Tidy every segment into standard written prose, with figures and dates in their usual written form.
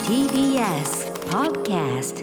TBS Podcast。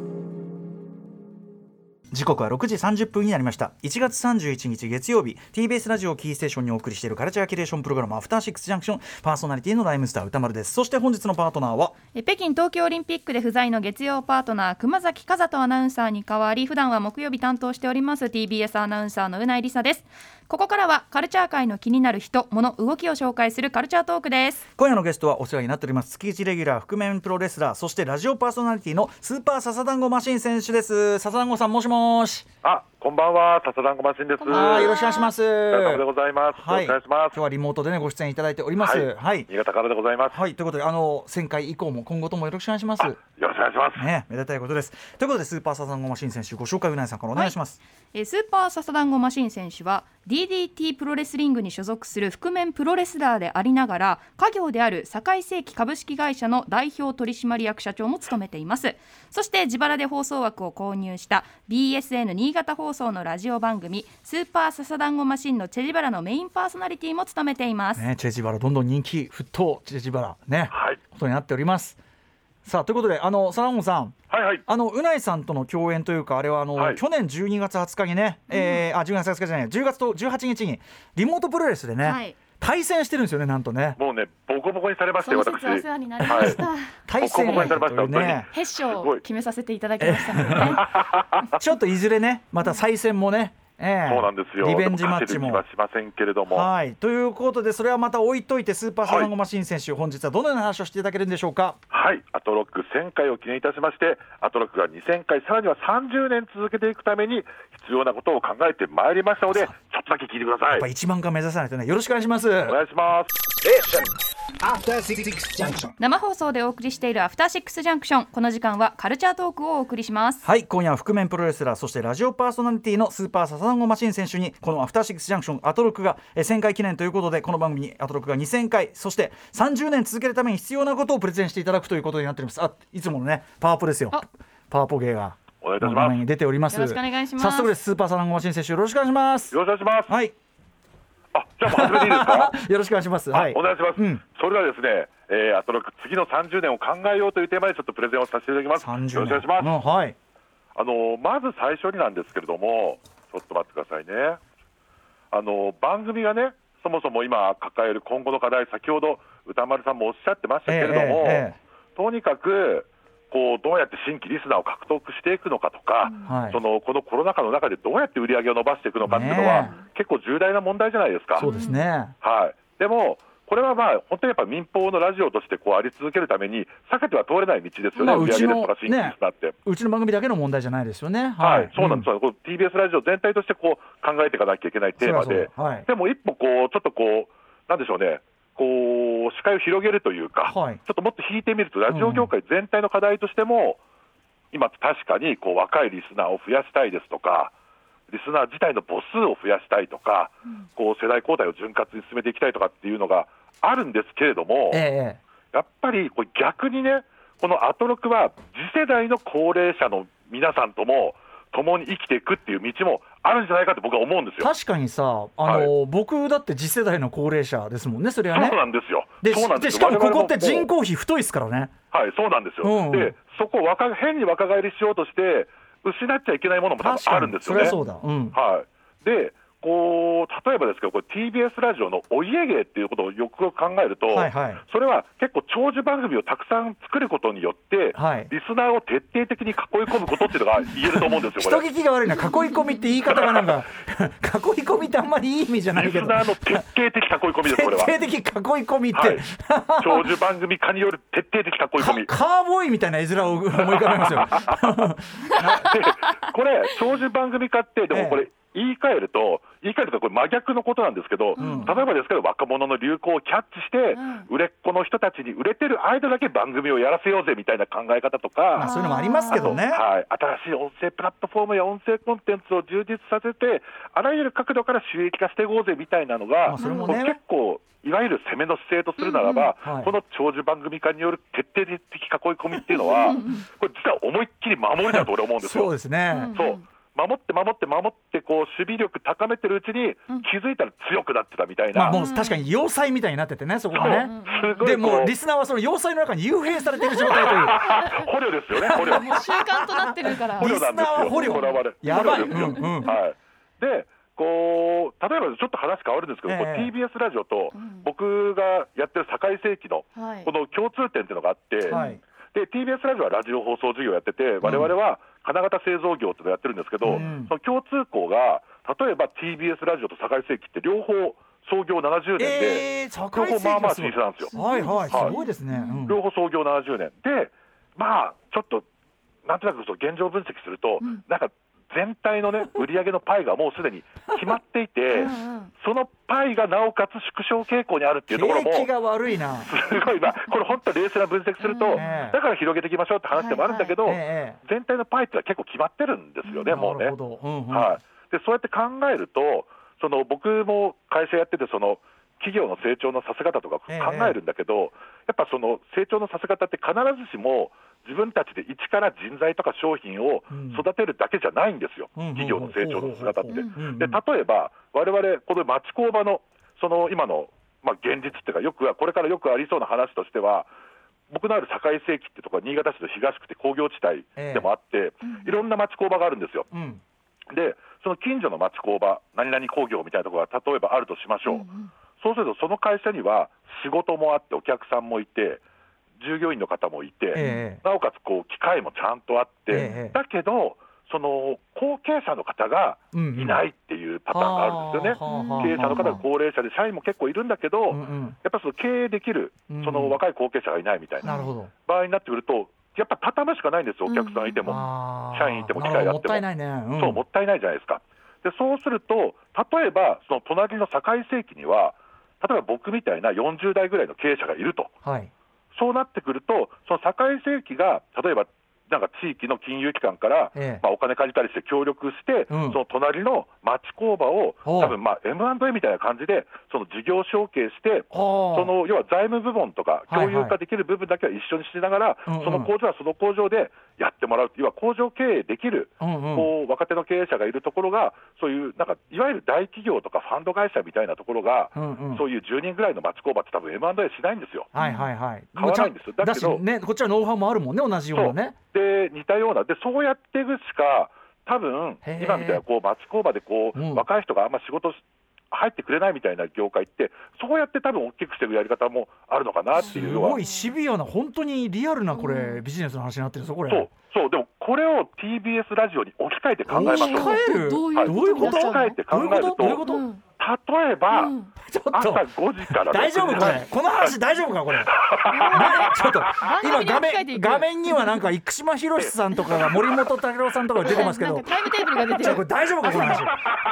時刻は6時30分になりました。1月31日月曜日、 TBS ラジオキーステーションにお送りしているカルチャーキュレーションプログラムアフターシックスジャンクション、パーソナリティのライムスター歌丸です。そして本日のパートナーは北京冬季オリンピックで不在の月曜パートナー熊崎和人アナウンサーに代わり、普段は木曜日担当しております TBS アナウンサーのうないりさです。ここからはカルチャー界の気になる人物動きを紹介するカルチャートークです。 今夜のゲストはお世話になっております月1レギュラー覆面プロレスラー、そしてラジオパーソナリティのスーパーササダンゴマシン選手です。ササダンゴさん、もしもし。 こんばんは、ササダンゴマシンです。 よろしくお願いします。お疲れ様でございます。 はい、 よろしくお願いします。 今日はリモートでねご出演いただいております。はい、 新潟からでございます。 はい、ということで1000回以降も今後ともよろしくお願いします。 よろしくお願いしますね、めでたいことです。ということでスーパーササダンゴマシン選手、ご紹介うないさんからお願いします。 スーパーササダンゴマシン選手は DDT プロレスリングに所属する覆面プロレスラーでありながら、家業である堺世紀株式会社の代表取締役社長も務めています。そして自腹で放送枠を購入した BSN 新潟放送のラジオ番組スーパーササダンゴマシンのチェジバラのメインパーソナリティも務めています、 ね、チェジバラどんどん人気沸騰、チェジバラね、 はい、 ことになっております。さあということでサダンゴさん、 はいはい、 うないさんとの共演というか、あれははい、 去年12月20日にね、12月20日じゃない、10月と18日にリモートプロレスでね、はい、対戦してるんですよね、なんとね。 もうね、ボコボコにされまして、私お世話になりました、 対戦ボコボコにされました、本当に決勝を決めさせていただきましたので、ね、 ちょっといずれね、また再戦もね、 そうなんですよ。 リベンジマッチも勝てる気はしませんけれども、 はい、ということでそれはまた置いといて、スーパーサダンゴマシン選手、本日はどのような話をしていただけるんでしょうか。 はい、アトロック1000回を記念いたしまして、アトロックが2000回、さらには30年続けていくために必要なことを考えてまいりましたので、ちょっとだけ聞いてください。 やっぱ1万回目指さないとね。よろしくお願いします。 お願いします。 生放送でお送りしているアフターシックスジャンクション、この時間はカルチャートークをお送りします。 はい、今夜は覆面プロレスラー、そしてラジオパーソナリティのスーパーササダンゴマシン選手に、このアフターシックスジャンクションアトロックが1000回記念ということで、この番組にアトロックが2000回、そして30年続けるために必要なことをプレゼンしていただくということになっております。いつものねパワポですよ。パワポ芸がお願いいたします。 画面に出ております。 よろしくお願いします。 早速です、スーパーサダンゴマシン選手、よろしくお願いします。 よろしくお願いします。 はい、 じゃあもう始めていいですか。 よろしくお願いします。はい、 お願いします。それではですね、アトロック次の30年を考えようというテーマでちょっとプレゼンをさせていただきます。よろしくお願いします。 はい、 まず最初になんですけれども、ちょっと待ってくださいね。番組がね、そもそも今抱える今後の課題、先ほど歌丸さんもおっしゃってましたけれども、とにかくどうやって新規リスナーを獲得していくのかとか、このコロナ禍の中でどうやって売り上げを伸ばしていくのかっていうのは、結構重大な問題じゃないですか。 そうですね。 はい、でもこれは本当にやっぱ民放のラジオとしてあり続けるために避けては通れない道ですよね。売り上げですとか新規リスナーって、うちの番組だけの問題じゃないですよね。 はい、そうなんです。TBS ラジオ全体として考えていかなきゃいけないテーマで、でも一歩ちょっとなんでしょうね、視界を広げるというか、ちょっともっと引いてみると、ラジオ業界全体の課題としても、今確かに若いリスナーを増やしたいですとか、リスナー自体の母数を増やしたいとか、世代交代を潤滑に進めていきたいとかっていうのがあるんですけれども、やっぱり逆にね、このアトロクは次世代の高齢者の皆さんとも共に生きていくっていう道もあるんじゃないかって僕は思うんですよ。 確かにさ、僕だって次世代の高齢者ですもんね。それはね。 そうなんですよ。 でしかもここって人口比太いですからね。 はい、そうなんですよ。でそこを変に若返りしようとして失っちゃいけないものも多分あるんですよね。 それはそうだ。 はい、で例えばですけど、TBS ラジオのお家芸っていうことをよく考えると、それは結構長寿番組をたくさん作ることによって、リスナーを徹底的に囲い込むことっていうのが言えると思うんですよ。 人聞きが悪いな、囲い込みって言い方がなんか囲い込みってあんまりいい意味じゃないけど、 リスナーの徹底的囲い込みです。これは徹底的囲い込みって、 長寿番組化による徹底的囲い込み、 カーボーイみたいな絵面を思い浮かべますよ。 でこれ長寿番組化ってでもこれ、言い換えるとこれ真逆のことなんですけど、例えばですけど若者の流行をキャッチして、売れっ子の人たちに売れてる間だけ番組をやらせようぜみたいな考え方とか、 そういうのもありますけどね。 新しい音声プラットフォームや音声コンテンツを充実させて、あらゆる角度から収益化していこうぜみたいなのが、結構いわゆる攻めの姿勢とするならば、この長寿番組化による徹底的囲い込みっていうのは、これ実は思いっきり守りだと俺思うんですよ。 そうですね。 そう守ってこう守備力高めてるうちに気づいたら強くなってたみたいな、 もう確かに要塞みたいになっててね、そこがね。でもリスナーはその要塞の中に幽閉されている状態という捕虜ですよね、捕虜もう習慣となってるから捕虜なんですよ、 捕虜やばい。 でこう例えばちょっと話変わるんですけど、TBS ラジオと僕がやってる堺世紀のこの共通点っていうのがあって、で TBS ラジオはラジオ放送事業やってて、我々は金型製造業っていうのをやってるんですけど、その共通項が例えば TBS ラジオと堺世紀って両方創業70年で、両方まあまあ老舗なんですよ。 すごいですね。 両方創業70年で、まあちょっとなんとなく現状分析すると、なんか全体のね売上のパイがもうすでに決まっていてそのパイがなおかつ縮小傾向にあるっていうところも景気が悪いな、 すごい、これ本当冷静な分析すると、だから広げていきましょうって話でもあるんだけど、全体のパイってのは結構決まってるんですよね、もうね。でそうやって考えると、その僕も会社やっててその企業の成長のさせ方とか考えるんだけど、やっぱその成長のさせ方って必ずしも自分たちで一から人材とか商品を育てるだけじゃないんですよ、企業の成長のさせ方って。で例えば我々この町工場のその今の現実っていうか、これからよくありそうな話としては、僕のある堺世紀ってところは新潟市の東区って工業地帯でもあって、いろんな町工場があるんですよ。でその近所の町工場何々工業みたいなところが例えばあるとしましょう。そうするとその会社には仕事もあってお客さんもいて従業員の方もいて、なおかつこう機械もちゃんとあって、だけどその後継者の方がいないっていうパターンがあるんですよね。経営者の方が高齢者で社員も結構いるんだけど、やっぱその経営できるその若い後継者がいないみたいな場合になってくると、やっぱ畳むしかないんですよ。お客さんいても社員いても機械があってももったいないね。そうもったいないじゃないですか。でそうすると例えばその隣の堺世紀には例えば僕みたいな40代ぐらいの経営者がいると、そうなってくるとその堺世紀が例えばなんか地域の金融機関から、お金借りたりして協力して、その隣の町工場を多分M&A みたいな感じでその事業承継して、その要は財務部門とか共有化できる部分だけは一緒にしながら、その工場はその工場でやってもらう、要は工場経営できる、こう若手の経営者がいるところが、そういうなんかいわゆる大企業とかファンド会社みたいなところが、そういう10人ぐらいの町工場って多分 M&A しないんですよ。買わないんです。だけどこっちはノウハウもあるもんね、同じようなね。 で似たようなでそうやっていくしか多分今みたいなこう町工場でこう、若い人があんま仕事入ってくれないみたいな業界ってそうやって多分大きくしていくやり方もあるのかなっていうのは、 すごいシビアな本当にリアルなこれ、ビジネスの話になってるぞこれ。 そうでもこれを TBS ラジオに置き換えて考えましょう。 置き換える、どういうこと？ 置き換えて考えると例えば、朝5時から大丈夫これ、この話大丈夫かこれちょっと今画面にはなんか生島博さんとかが森本武郎さんとか出てますけどタイムテーブルが出てる。 これ大丈夫かこの話。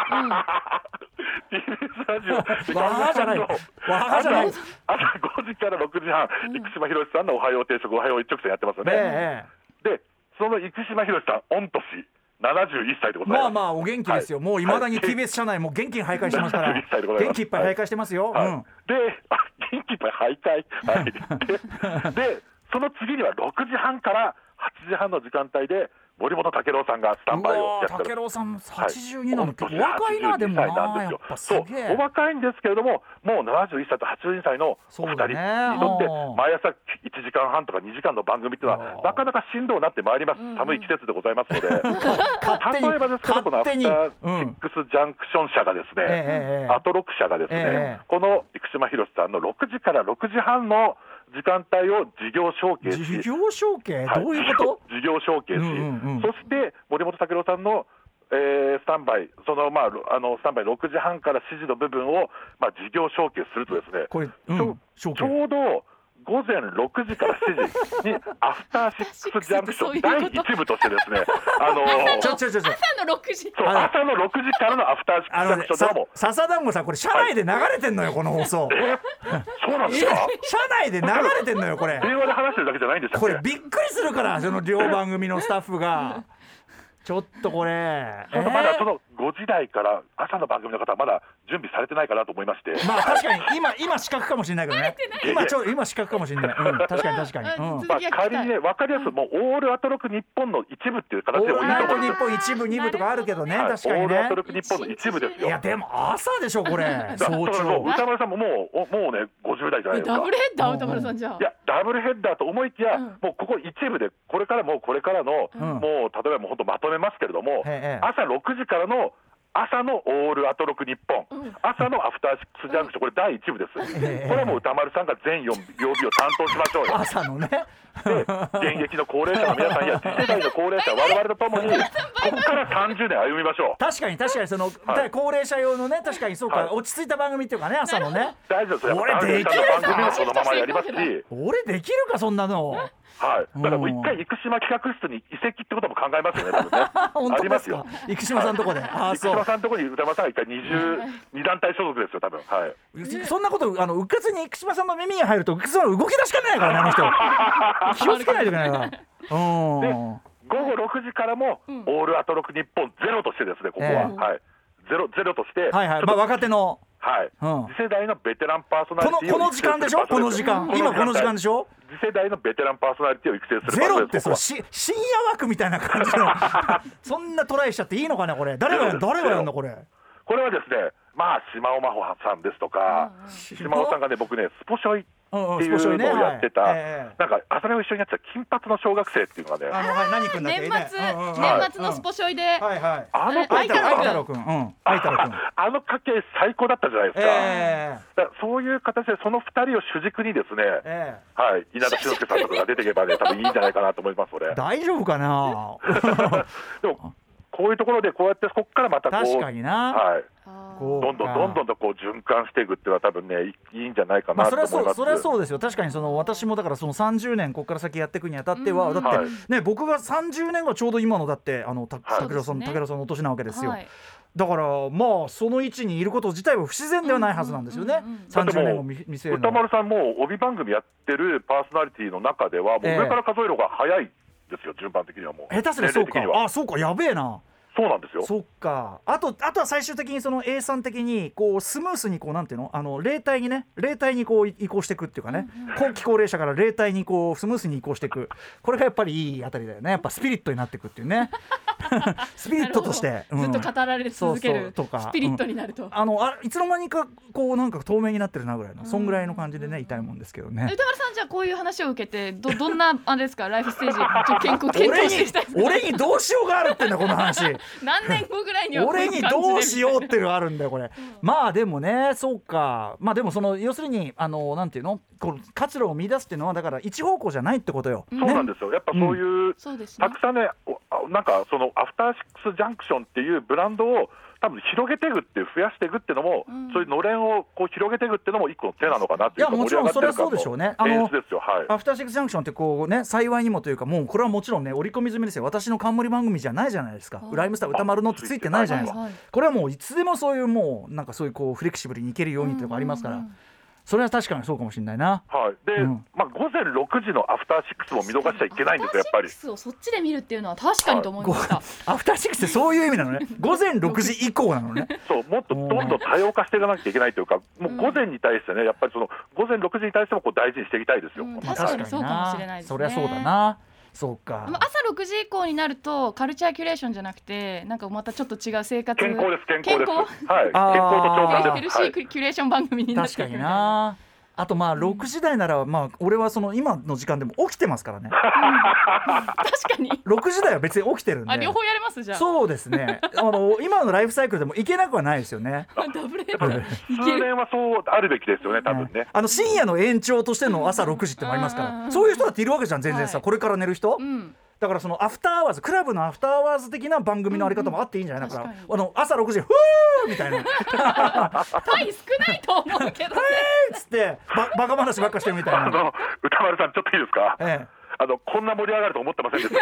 TBS ラジオわはじゃない朝5時から6時半、生島博さんのおはよう定食おはよう一直線やってますよね。でその生島博さん御年71歳でございます。 まあお元気ですよ。もういまだに TBS 社内も元気に徘徊してますから。元気いっぱい徘徊してますよ。で元気いっぱい徘徊。でその次には6時半から8時半の時間帯で森本武郎さんがスタンバイをやってる。 武郎さん82なの結構若いな。でもなやっぱすげえお若いんですけれども、もう71歳と82歳のお二人にとって毎朝1時間半とか2時間の番組っていうのはなかなかしんどうなってまいります。寒い季節でございますので、例えばですけどこのアフターシックスジャンクション社がですね、アトロク社がですね、この生島博さんの6時から6時半の時間帯を事業承継し、 事業承継どういうこと？ 事業承継し、そして森本武郎さんのスタンバイ、そのスタンバイ6時半から7時の部分を事業承継するとですね、 これちょうど午前6時から7時にアフターシックスジャンクション第1部としてですね、 朝の6時朝の6時からのアフターシックスジャンクションでも笹団子さんこれ社内で流れてんのよこの放送。 そうなんですか？ 社内で流れてんのよこれ。 電話で話してるだけじゃないんですか？ これびっくりするからその両番組のスタッフがちょっとこれまだその 5時台から朝の番組の方はまだ準備されてないかなと思いまして、 まあ確かに今資格かもしれないけどね今資格かもしれない、確かに、 仮にね分かりやすくもうオールアトロク日本の一部っていう形でもいいと思うんですよ。オールアトロク日本一部2部とかあるけどね、確かにね、 オールアトロク日本の一部ですよ。 いやでも朝でしょこれ早朝。 歌丸さんももうね50代じゃないですか。 ダブルヘッダー歌丸さんじゃあ。 いやダブルヘッダーと思いきや、もうここ一部でこれからのもう例えばもう本当まとめますけれども、朝6時からの朝のオールアトロク日本、朝のアフターシックスジャンクション、これ第1部です、これはもう歌丸さんが全曜日を担当しましょうよ。 朝のねで現役の高齢者の皆さんや次世代の高齢者我々とともにここから30年歩みましょう。 確かにその、高齢者用のね、確かにそうか、落ち着いた番組っていうかね、朝のね大丈夫ですよ。 俺できる番組もそのままやりますし、 俺できるかそんなの。 はい、だからもう一回生島企画室に移籍ってことも考えますよね、多分ね。 本当ですか。生島さんのとこで。 生島さんのとこに歌丸さんが一回22団体所属ですよ、多分。はい。 そんなことうっかつに生島さんの耳に入るとうっかつの動き出しかないからね、あの人。気をつけないといけないから。で午後6時からもオールアトロク日本ゼロとしてですね、ここは、はい、ゼロとして、 まあ若手の。 はい、次世代のベテランパーソナリティをこの時間でしょ、この時間、今この時間でしょ。 次世代のベテランパーソナリティを育成するゼロって深夜枠みたいな感じのそんなトライしちゃっていいのかね、これ。誰がやんのこれ。 これはですね、まあ島尾真帆さんですとか、島尾さんがね、僕ねスポショイっていうのをやってた、なんか朝練を一緒にやってた金髪の小学生っていうのがね、 何君だっけ、 年末のスポショイで、 あの愛太郎君、 あの家系最高だったじゃないですか。そういう形でその2人を主軸にですね、はい、稲田俊介さんとかが出ていけばね、多分いいんじゃないかなと思います。俺大丈夫かな。 でもこういうところでこうやってここからまたこう、 確かにな、 はい、どんどんとこう循環していくっていうのは多分ねいいんじゃないかなと思います。 それはそうですよ。確かに私もだからその30年ここから先やっていくにあたっては、だってね、僕が30年がちょうど今のだって武田さんのお年なわけですよ。だからまあその位置にいること自体は不自然ではないはずなんですよね。30年を見据えるの。 歌丸さんも帯番組やってるパーソナリティの中ではもう上から数える方が早いですよ、順番的には。もう下手すりゃそうか。そうか、やべえな。 そうなんですよ。 そっか。あとは最終的にその A さん的にこうスムースにこうなんていうの、例体にこう移行していくっていうかね、後期高齢者から例体にこうスムースに移行していく、これがやっぱりいいあたりだよね。やっぱスピリットになっていくっていうねスピリットとして、 ずっと語られ続けるスピリットになると、 いつの間にかこうなんか透明になってるなぐらいの、そんぐらいの感じでね、いたいもんですけどね。 歌丸さん、じゃあこういう話を受けてどんなあれですか、ライフステージ検討していきたいですか。 俺にどうしようがあるってんだこの話何年後ぐらいには俺にどうしようっていうのがあるんだよこれまあでもね、そうか。まあでも要するになんていうの、この活路を見出すっていうのはだから一方向じゃないってことよ。 そうなんですよ。やっぱそういう、たくさんね、なんかそのアフターシックスジャンクションっていうブランドを多分広げていくっていう、増やしていくっていうのも、そういうのれんをこう広げていくっていうのも一個の手なのかなっていう。いやもちろんそれはそうでしょうね。演出ですよ。はい。 アフターシックスジャンクションってこうね、幸いにもというか、もうこれはもちろんね織り込み済みですよ。私の冠番組じゃないじゃないですか。ライムスター歌丸のってついてないじゃないですか。これはもういつでもそういうもうなんかそういうこうフレキシブルにいけるようにっていうのがありますから。それは確かにそうかもしれないな。 はい。で、まあ午前6時のアフターシックスも見逃しちゃいけないんですよ、やっぱり。 アフターシックスをそっちで見るっていうのは確かにと思いました。 アフターシックスってそういう意味なのね。午前6時以降なのね。 そう、もっとどんどん多様化していかなきゃいけないというか、もう午前に対してね、やっぱりその午前6時に対してもこう大事にしていきたいですよ。 確かにそうかもしれないですね。 そりゃそうだな。そうか。 朝6時以降になるとカルチャーキュレーションじゃなくて、なんかまたちょっと違う生活。 健康です。はい。健康と長官です。 ヘルシーキュレーション番組になっていくみたいな。 確かにな。あとまあ6時台ならまあ俺はその今の時間でも起きてますからね。 確かに 6時台は別に起きてるんで。 両方やれますじゃあ。 そうですね。今のライフサイクルでもいけなくはないですよね。 ダブルヘッダー。 通年はそうあるべきですよね、多分ね。 深夜の延長としての朝6時ってもありますから、そういう人だっているわけじゃん全然さ、これから寝る人。だからそのアフターアワーズ、クラブのアフターアワーズ的な番組のあり方もあっていいんじゃないかな。朝6時フーみたいな単位少ないと思うけどねっつってバカ話ばっかしてるみたいな。 歌丸さんちょっといいですか。こんな盛り上がると思ってませんでした。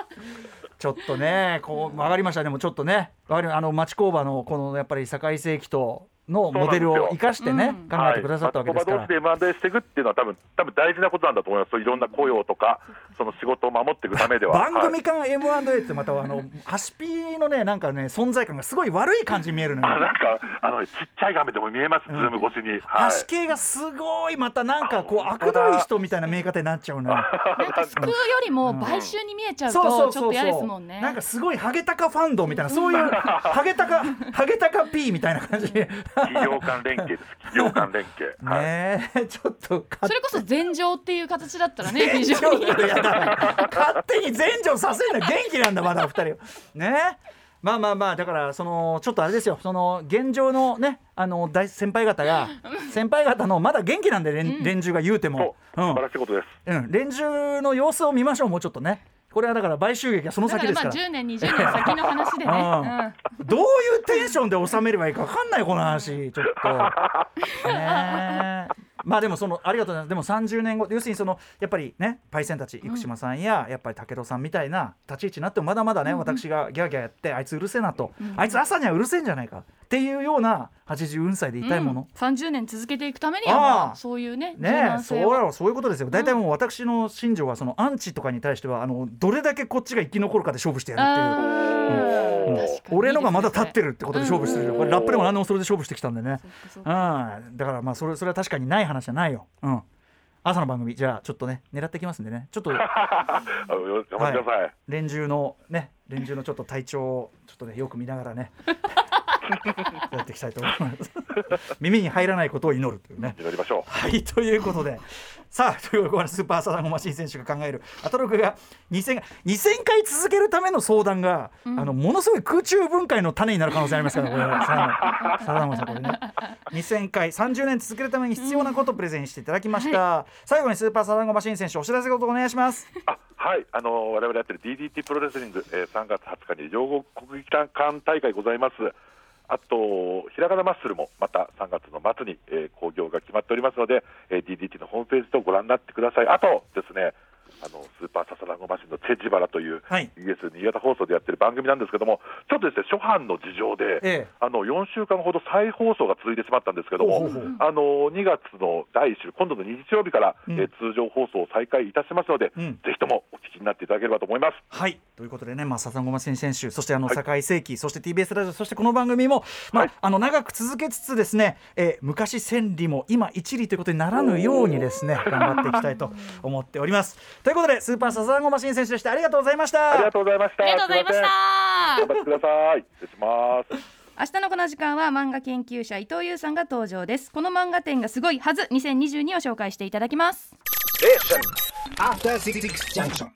ちょっとねこう上がりました。でもちょっとね町工場のこのやっぱり堺世紀とのモデルを生かしてね、考えてくださったわけですから、 同士で M&A していくっていうのは多分大事なことなんだと思います。いろんな雇用とかその仕事を守っていくためでは番組間 M&A ってまたハシピのねなんかね存在感がすごい悪い感じに見えるのよ。 なんかちっちゃい画面でも見えます、ズーム越しに。 ハシ系がすごいまたなんかこう悪どい人みたいな見え方になっちゃうのよ。 なんか救うよりも買収に見えちゃうとちょっと嫌ですもんね。 なんかすごいハゲタカファンドみたいなそういうハゲタカ P みたいな感じで企業間連携です。企業間連携ねえちょっとそれこそ前場っていう形だったらね非常に勝手に前場させるの元気なんだまだ2人ね。まあだからちょっとあれですよ現状のね大先輩方のまだ元気なんで連中が言うても素晴らしいことです。 連中の様子を見ましょう。もうちょっとねこれはだから買収劇はその先ですから 10年20年先の話でね、 どういうテンションで収めればいいか分かんないこの話ちょっとまあでもありがとうございます。でも30年後要するにやっぱりねパイセンたち生島さんややっぱり武戸さんみたいな立ち位置になってもまだまだね、私がギャーギャーやってあいつうるせえなと、あいつ朝にはうるせえんじゃないかっていうような80歳でいたいもの、 30年続けていくためにはそういうね柔軟性をそういうことですよ。大体もう私の信条はアンチとかに対してはどれだけこっちが生き残るかで勝負してやるっていう、俺のがまだ立ってるってことで勝負してる、これラップでも何でもそれで勝負してきたんでね。だからまあそれは確かにない話じゃないよ。朝の番組じゃあちょっとね狙ってきますんでねちょっと連中のちょっと体調をちょっとねよく見ながらねやっていきたいと思います耳に入らないことを祈るというね。 祈りましょう。 はいということでさあということでスーパーサダンゴマシン選手が考えるアトロクが2000回続けるための相談が、ものすごい空中分解の種になる可能性ありますからこれサダンゴさんこれね2000回30年続けるために必要なことをプレゼンしていただきました、最後にスーパーサダンゴマシン選手お知らせことお願いします。 はい、我々やってる DDT プロレスリング、3月20日に両国国技館大会ございます。あとひらがなマッスルもまた3月の末に、興行が決まっておりますので、DDT のホームページとご覧になってください。あとですねスーパーササダンゴマシンのチェジバラという、BS 新潟放送でやってる番組なんですけども、ちょっとですね初版の事情で、4週間ほど再放送が続いてしまったんですけども、2月の第1週今度の日曜日から、通常放送を再開いたしますので、ぜひともお聞きになっていただければと思います。 はいということでね、ササダンゴマシン選手そして堺世紀、そして TBS ラジオそしてこの番組も、長く続けつつですね、昔1000里も今1里ということにならぬようにですね頑張っていきたいと思っております。ということでスーパーササダンゴマシン選手でした。ありがとうございました。 ありがとうございました。 ありがとうございました。 頑張ってください。失礼します。 明日のこの時間は漫画研究者伊藤優さんが登場です。この漫画展がすごいはず2022を紹介していただきます。 After 66 junction